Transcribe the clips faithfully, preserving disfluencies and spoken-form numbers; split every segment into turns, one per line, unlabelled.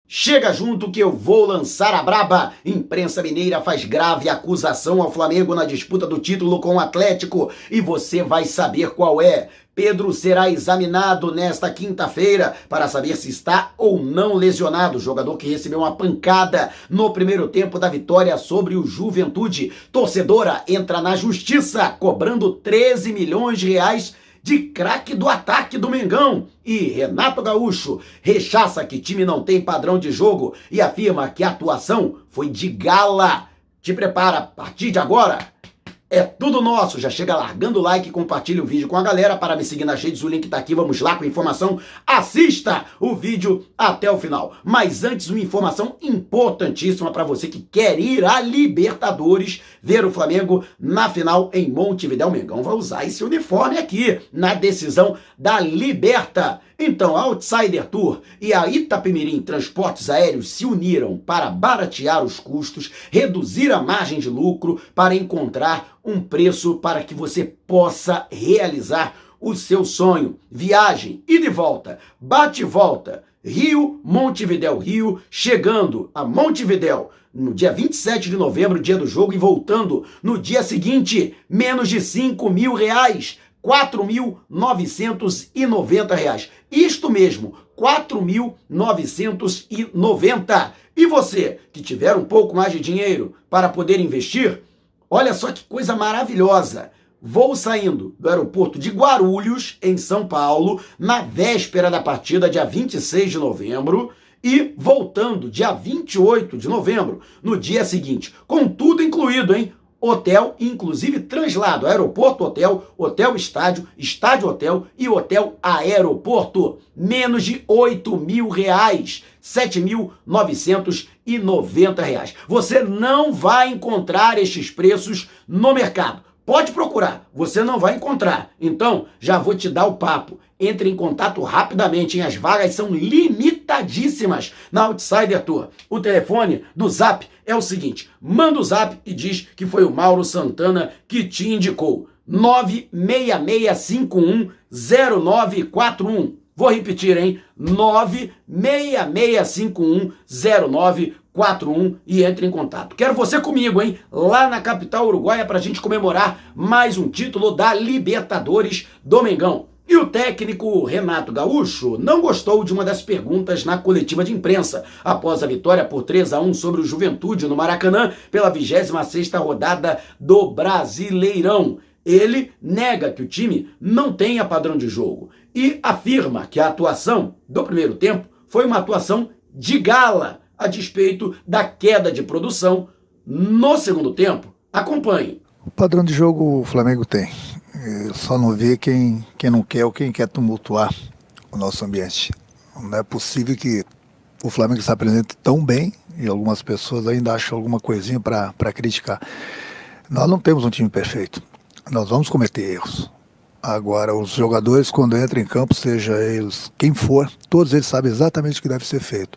Chega junto que eu vou lançar a braba. Imprensa mineira faz grave acusação ao Flamengo na disputa do título com o Atlético e você vai saber qual é. Pedro será examinado nesta quinta-feira para saber se está ou não lesionado. O jogador que recebeu uma pancada no primeiro tempo da vitória sobre o Juventude. Torcedora entra na justiça cobrando treze milhões de reais de craque do ataque do Mengão. E Renato Gaúcho rechaça que time não tem padrão de jogo e afirma que a atuação foi de gala. Te prepara, a partir de agora é tudo nosso. Já chega largando o like e compartilha o vídeo com a galera. Para me seguir nas redes, o link tá aqui. Vamos lá com a informação. Assista o vídeo até o final. Mas antes, uma informação importantíssima para você que quer ir à Libertadores ver o Flamengo na final em Montevidéu. O Mengão vai usar esse uniforme aqui na decisão da Liberta. Então, a Outsider Tour e a Itapemirim Transportes Aéreos se uniram para baratear os custos, reduzir a margem de lucro para encontrar um preço para que você possa realizar o seu sonho. Viagem, ida e volta, bate e volta, Rio, Montevidéu, Rio, chegando a Montevidéu no dia vinte e sete de novembro, dia do jogo, e voltando no dia seguinte, menos de cinco mil reais. quatro mil novecentos e noventa reais. Isto mesmo, quatro mil novecentos e noventa. E você que tiver um pouco mais de dinheiro para poder investir, olha só que coisa maravilhosa. Voo saindo do aeroporto de Guarulhos, em São Paulo, na véspera da partida, dia vinte e seis de novembro, e voltando dia vinte e oito de novembro, no dia seguinte, com tudo incluído, hein? Hotel, inclusive translado, aeroporto, hotel, hotel, estádio, estádio, hotel e hotel, aeroporto. Menos de oito mil reais, sete mil novecentos e noventa reais. Você não vai encontrar estes preços no mercado. Pode procurar, você não vai encontrar. Então, já vou te dar o papo. Entre em contato rapidamente, hein? As vagas são limitadíssimas na Outsider Tour. O telefone do Zap é o seguinte, manda o Zap e diz que foi o Mauro Santana que te indicou. nove seis seis cinco um zero nove quatro um. Vou repetir, hein? nove seis seis cinco um zero nove quatro um e entre em contato. Quero você comigo, hein? Lá na capital uruguaia para a gente comemorar mais um título da Libertadores do Mengão. E o técnico Renato Gaúcho não gostou de uma das perguntas na coletiva de imprensa após a vitória por três a um sobre o Juventude no Maracanã pela vigésima sexta rodada do Brasileirão. Ele nega que o time não tenha padrão de jogo e afirma que a atuação do primeiro tempo foi uma atuação de gala, a despeito da queda de produção no segundo tempo. Acompanhe.
O padrão de jogo o Flamengo tem. Eu só não vê quem, quem não quer ou quem quer tumultuar o nosso ambiente. Não é possível que o Flamengo se apresente tão bem e algumas pessoas ainda acham alguma coisinha para criticar. Nós não temos um time perfeito. Nós vamos cometer erros. Agora, os jogadores, quando entram em campo, seja eles quem for, todos eles sabem exatamente o que deve ser feito.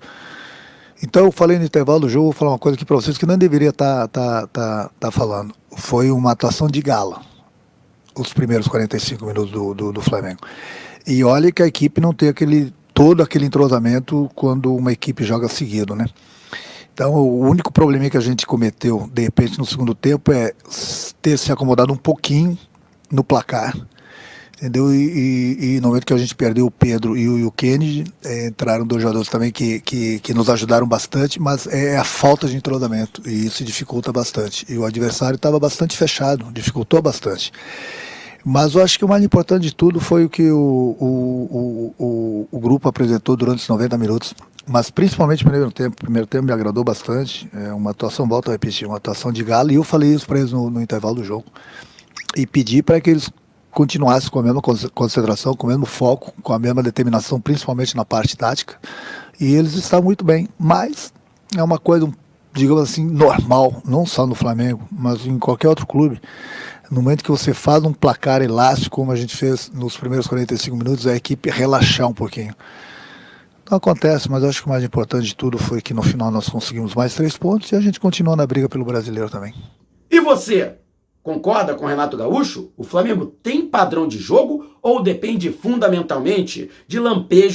Então, eu falei no intervalo do jogo, vou falar uma coisa aqui para vocês que não deveria estar tá, tá, tá, tá falando. Foi uma atuação de gala, os primeiros quarenta e cinco minutos do, do, do Flamengo. E olha que a equipe não tem aquele, todo aquele entrosamento quando uma equipe joga seguido, né? Então, o único probleminha que a gente cometeu, de repente, no segundo tempo é ter se acomodado um pouquinho no placar, entendeu? E, e, e no momento que a gente perdeu o Pedro e o, e o Kennedy, é, entraram dois jogadores também que, que, que nos ajudaram bastante, mas é a falta de entrosamento, e isso dificulta bastante. E o adversário estava bastante fechado, dificultou bastante. Mas eu acho que o mais importante de tudo foi o que o, o, o, o, o grupo apresentou durante os noventa minutos, mas principalmente no primeiro tempo. O primeiro tempo me agradou bastante, é uma atuação, volto a repetir, uma atuação de gala, e eu falei isso para eles no, no intervalo do jogo, e pedi para que eles continuassem com a mesma concentração, com o mesmo foco, com a mesma determinação, principalmente na parte tática, e eles estavam muito bem, mas é uma coisa, digamos assim, normal, não só no Flamengo, mas em qualquer outro clube. No momento que você faz um placar elástico, como a gente fez nos primeiros quarenta e cinco minutos, a equipe relaxar um pouquinho. Não acontece, mas eu acho que o mais importante de tudo foi que no final nós conseguimos mais três pontos e a gente continua na briga pelo brasileiro também.
E você? Concorda com Renato Gaúcho? O Flamengo tem padrão de jogo ou depende fundamentalmente de lampejos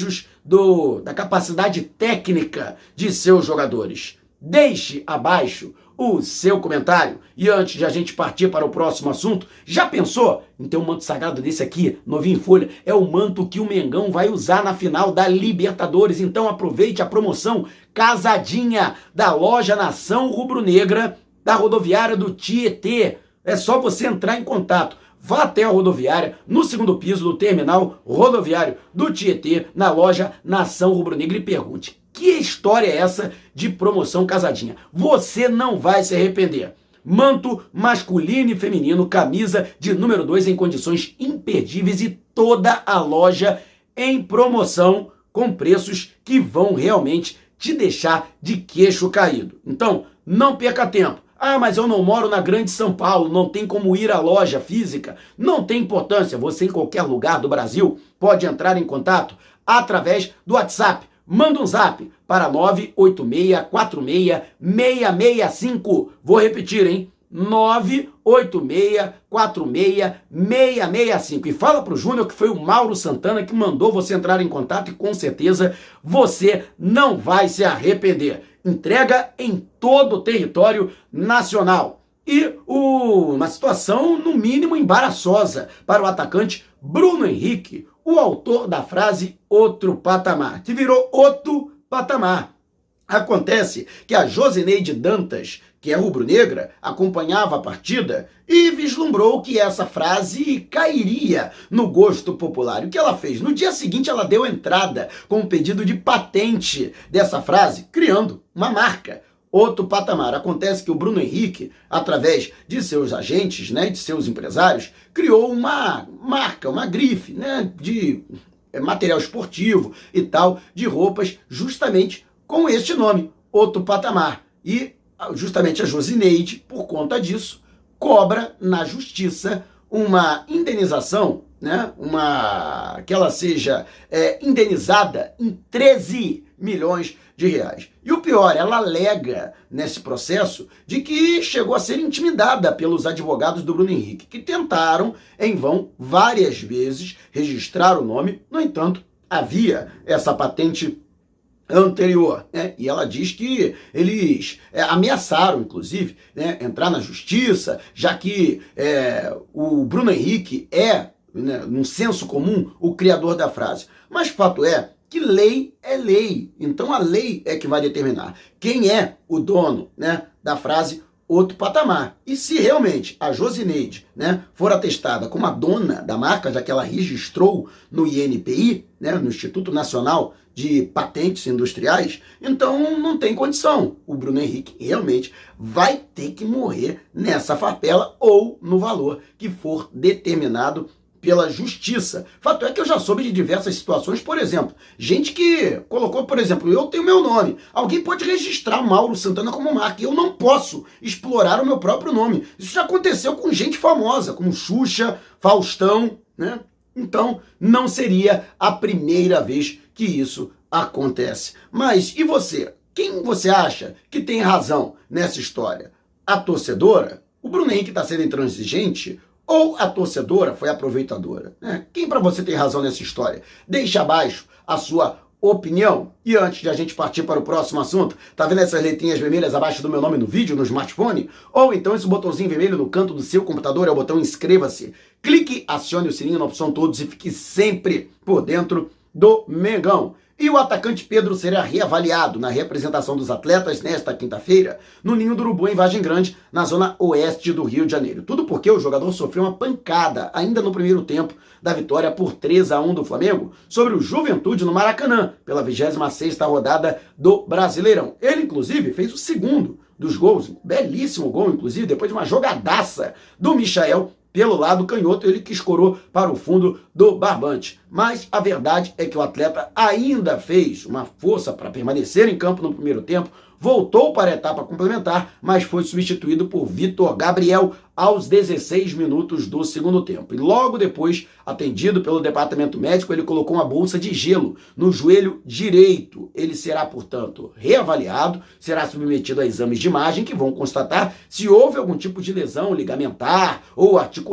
do, da capacidade técnica de seus jogadores? Deixe abaixo o seu comentário. E antes de a gente partir para o próximo assunto, já pensou em ter um manto sagrado desse aqui, novinho em folha? É o manto que o Mengão vai usar na final da Libertadores. Então aproveite a promoção Casadinha da loja Nação Rubro-Negra da rodoviária do Tietê. É só você entrar em contato. Vá até a rodoviária, no segundo piso do terminal rodoviário do Tietê, na loja Nação Rubro-Negra, e pergunte: que história é essa de promoção Casadinha? Você não vai se arrepender. Manto masculino e feminino, camisa de número dois em condições imperdíveis e toda a loja em promoção com preços que vão realmente te deixar de queixo caído. Então, não perca tempo. Ah, mas eu não moro na Grande São Paulo, não tem como ir à loja física. Não tem importância, você em qualquer lugar do Brasil pode entrar em contato através do WhatsApp. Manda um zap para nove oito seis quatro seis seis seis cinco. Vou repetir, hein? nove oito seis quatro seis seis seis cinco. E fala pro Júnior que foi o Mauro Santana que mandou você entrar em contato e com certeza você não vai se arrepender. Entrega em todo o território nacional. E o, uma situação, no mínimo, embaraçosa para o atacante Bruno Henrique, o autor da frase outro patamar, que virou outro patamar. Acontece que a Josineide Dantas, que é rubro-negra, acompanhava a partida e vislumbrou que essa frase cairia no gosto popular. E o que ela fez? No dia seguinte ela deu entrada com um pedido de patente dessa frase, criando uma marca. Outro patamar. Acontece que o Bruno Henrique, através de seus agentes, né, de seus empresários, criou uma marca, uma grife, né, de material esportivo e tal, de roupas, justamente com este nome, Outro Patamar. E justamente a Josineide, por conta disso, cobra na justiça uma indenização, né, uma, que ela seja é, indenizada em treze milhões de reais. E o pior, ela alega nesse processo de que chegou a ser intimidada pelos advogados do Bruno Henrique, que tentaram em vão várias vezes registrar o nome. No entanto, havia essa patente anterior, né? E ela diz que eles é, ameaçaram, inclusive, né, entrar na justiça, já que é, o Bruno Henrique é, né, num senso comum, o criador da frase. Mas fato é que lei é lei, então a lei é que vai determinar quem é o dono, né, da frase outro patamar. E se realmente a Josineide, né, for atestada como a dona da marca, já que ela registrou no I N P I, né, no Instituto Nacional de Patentes Industriais, então não tem condição. O Bruno Henrique realmente vai ter que morrer nessa farpela ou no valor que for determinado pela justiça. Fato é que eu já soube de diversas situações, por exemplo, gente que colocou, por exemplo, eu tenho meu nome, alguém pode registrar Mauro Santana como marca, e eu não posso explorar o meu próprio nome. Isso já aconteceu com gente famosa, como Xuxa, Faustão, né? Então, não seria a primeira vez que isso acontece. Mas, e você? Quem você acha que tem razão nessa história? A torcedora? O Bruno Henrique está sendo intransigente? Ou a torcedora foi aproveitadora? Né? Quem para você tem razão nessa história? Deixe abaixo a sua opinião. E antes de a gente partir para o próximo assunto, tá vendo essas letrinhas vermelhas abaixo do meu nome no vídeo, no smartphone? Ou então esse botãozinho vermelho no canto do seu computador é o botão inscreva-se. Clique, acione o sininho na opção todos e fique sempre por dentro do Mengão. E o atacante Pedro será reavaliado na representação dos atletas nesta quinta-feira no Ninho do Urubu, em Vargem Grande, na zona oeste do Rio de Janeiro. Tudo porque o jogador sofreu uma pancada ainda no primeiro tempo da vitória por três a um do Flamengo sobre o Juventude no Maracanã, pela vigésima sexta rodada do Brasileirão. Ele, inclusive, fez o segundo dos gols, belíssimo gol, inclusive, depois de uma jogadaça do Michael pelo lado canhoto, ele que escorou para o fundo do barbante. Mas a verdade é que o atleta ainda fez uma força para permanecer em campo no primeiro tempo, voltou para a etapa complementar, mas foi substituído por Vitor Gabriel aos dezesseis minutos do segundo tempo. E logo depois, atendido pelo departamento médico, ele colocou uma bolsa de gelo no joelho direito. Ele será, portanto, reavaliado, será submetido a exames de imagem que vão constatar se houve algum tipo de lesão ligamentar ou articular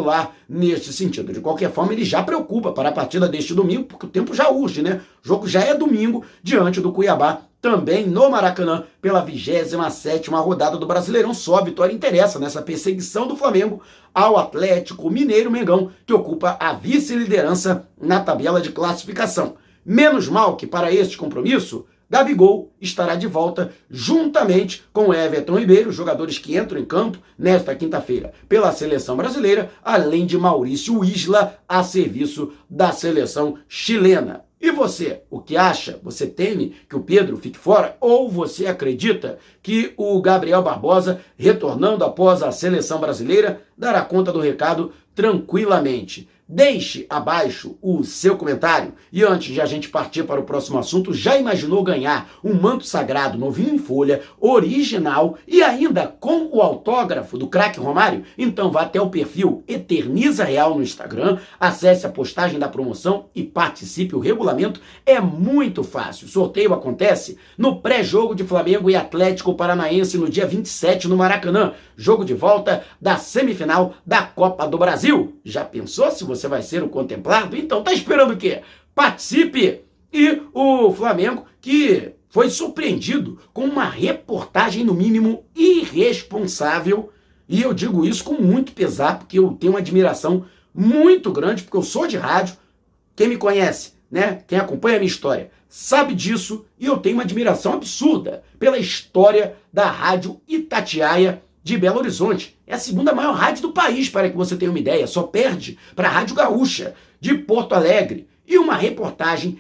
neste sentido. De qualquer forma, ele já preocupa para a partida deste domingo, porque o tempo já urge, né? O jogo já é domingo, diante do Cuiabá, também no Maracanã, pela vigésima sétima rodada do Brasileirão. Só a vitória interessa nessa perseguição do Flamengo ao Atlético Mineiro Mengão, que ocupa a vice-liderança na tabela de classificação. Menos mal que para este compromisso, Gabigol estará de volta juntamente com Everton Ribeiro, jogadores que entram em campo nesta quinta-feira pela seleção brasileira, além de Maurício Isla a serviço da seleção chilena. E você, o que acha? Você teme que o Pedro fique fora? Ou você acredita que o Gabriel Barbosa, retornando após a seleção brasileira, dará conta do recado tranquilamente? Deixe abaixo o seu comentário. E antes de a gente partir para o próximo assunto, já imaginou ganhar um manto sagrado novinho em folha, original e ainda com o autógrafo do craque Romário? Então vá até o perfil Eterniza Real no Instagram, acesse a postagem da promoção e participe. O regulamento é muito fácil. O sorteio acontece no pré-jogo de Flamengo e Atlético Paranaense no dia vinte e sete no Maracanã. Jogo de volta da semifinal da Copa do Brasil. Já pensou se você vai ser o contemplado? Então tá esperando o quê? Participe! E o Flamengo, que foi surpreendido com uma reportagem, no mínimo, irresponsável, e eu digo isso com muito pesar, porque eu tenho uma admiração muito grande, porque eu sou de rádio. Quem me conhece, né? Quem acompanha a minha história, sabe disso, e eu tenho uma admiração absurda pela história da Rádio Itatiaia de Belo Horizonte. É a segunda maior rádio do país, para que você tenha uma ideia. Só perde para a Rádio Gaúcha de Porto Alegre. E uma reportagem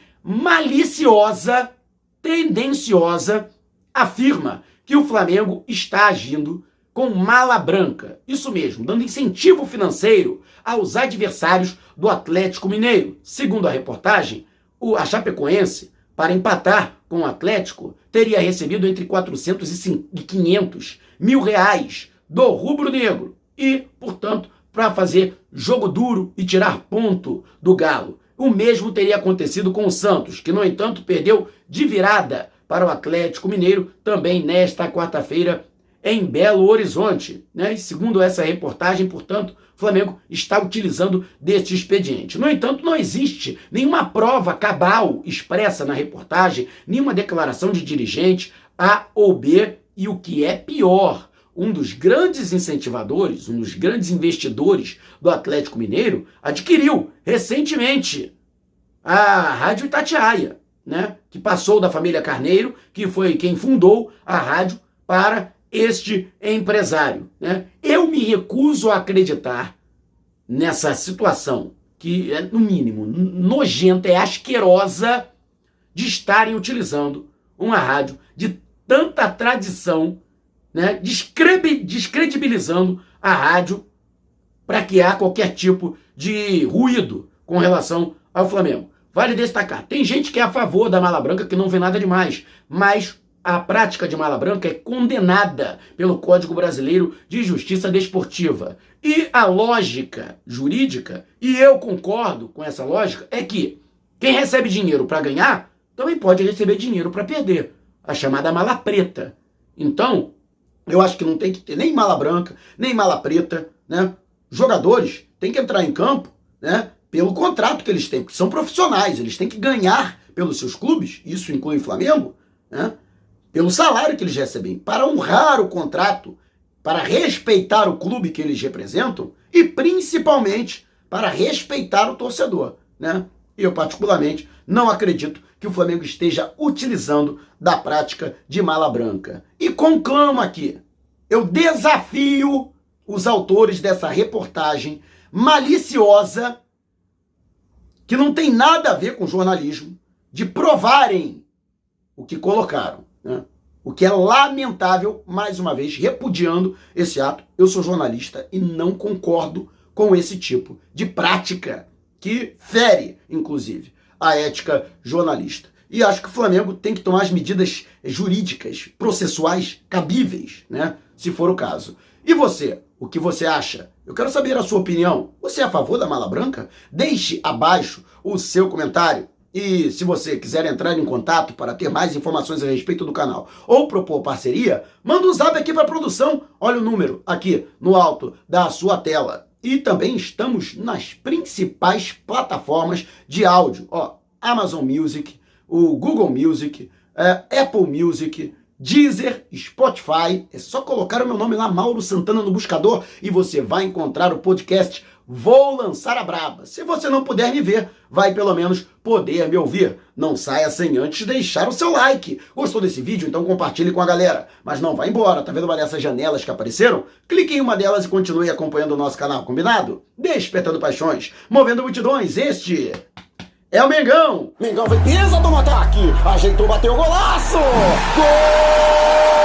maliciosa, tendenciosa, afirma que o Flamengo está agindo com mala branca. Isso mesmo, dando incentivo financeiro aos adversários do Atlético Mineiro. Segundo a reportagem, o, a Chapecoense, para empatar com o Atlético, teria recebido entre quatrocentos e quinhentos mil reais do rubro-negro e, portanto, para fazer jogo duro e tirar ponto do Galo. O mesmo teria acontecido com o Santos, que, no entanto, perdeu de virada para o Atlético Mineiro também nesta quarta-feira em Belo Horizonte, né? E segundo essa reportagem, portanto, o Flamengo está utilizando deste expediente. No entanto, não existe nenhuma prova cabal expressa na reportagem, nenhuma declaração de dirigente A ou B, e o que é pior, um dos grandes incentivadores, um dos grandes investidores do Atlético Mineiro adquiriu recentemente a Rádio Itatiaia, né? Que passou da família Carneiro, que foi quem fundou a rádio, para este empresário, né? Eu me recuso a acreditar nessa situação que é, no mínimo, nojenta, é asquerosa, de estarem utilizando uma rádio de tanta tradição, né, descredibilizando a rádio para criar qualquer tipo de ruído com relação ao Flamengo. Vale destacar, tem gente que é a favor da mala branca, que não vê nada demais, mas a prática de mala branca é condenada pelo Código Brasileiro de Justiça Desportiva. E a lógica jurídica, e eu concordo com essa lógica, é que quem recebe dinheiro para ganhar também pode receber dinheiro para perder. A chamada mala preta. Então, eu acho que não tem que ter nem mala branca, nem mala preta, né? Jogadores têm que entrar em campo, né, pelo contrato que eles têm, porque são profissionais, eles têm que ganhar pelos seus clubes, isso inclui o Flamengo, né, pelo salário que eles recebem, para honrar o contrato, para respeitar o clube que eles representam e, principalmente, para respeitar o torcedor, né? Eu, particularmente, não acredito que o Flamengo esteja utilizando da prática de mala branca. E conclamo aqui, eu desafio os autores dessa reportagem maliciosa, que não tem nada a ver com jornalismo, de provarem o que colocaram, né? O que é lamentável, mais uma vez, repudiando esse ato. Eu sou jornalista e não concordo com esse tipo de prática, que fere, inclusive, a ética jornalista. E acho que o Flamengo tem que tomar as medidas jurídicas, processuais, cabíveis, né? Se for o caso. E você, o que você acha? Eu quero saber a sua opinião. Você é a favor da mala branca? Deixe abaixo o seu comentário. E se você quiser entrar em contato para ter mais informações a respeito do canal ou propor parceria, manda um zap aqui para a produção. Olha o número aqui no alto da sua tela. E também estamos nas principais plataformas de áudio. Ó, Amazon Music, o Google Music, é, Apple Music, Deezer, Spotify. É só colocar o meu nome lá, Mauro Santana, no buscador e você vai encontrar o podcast Vou Lançar a Braba. Se você não puder me ver, vai pelo menos poder me ouvir. Não saia sem antes deixar o seu like. Gostou desse vídeo? Então compartilhe com a galera. Mas não vá embora, tá vendo uma dessas janelas que apareceram? Clique em uma delas e continue acompanhando o nosso canal, combinado? Despertando paixões, movendo multidões, este é o Mengão.
Mengão vem, pisa do ataque, ajeitou, bateu, golaço! Gol!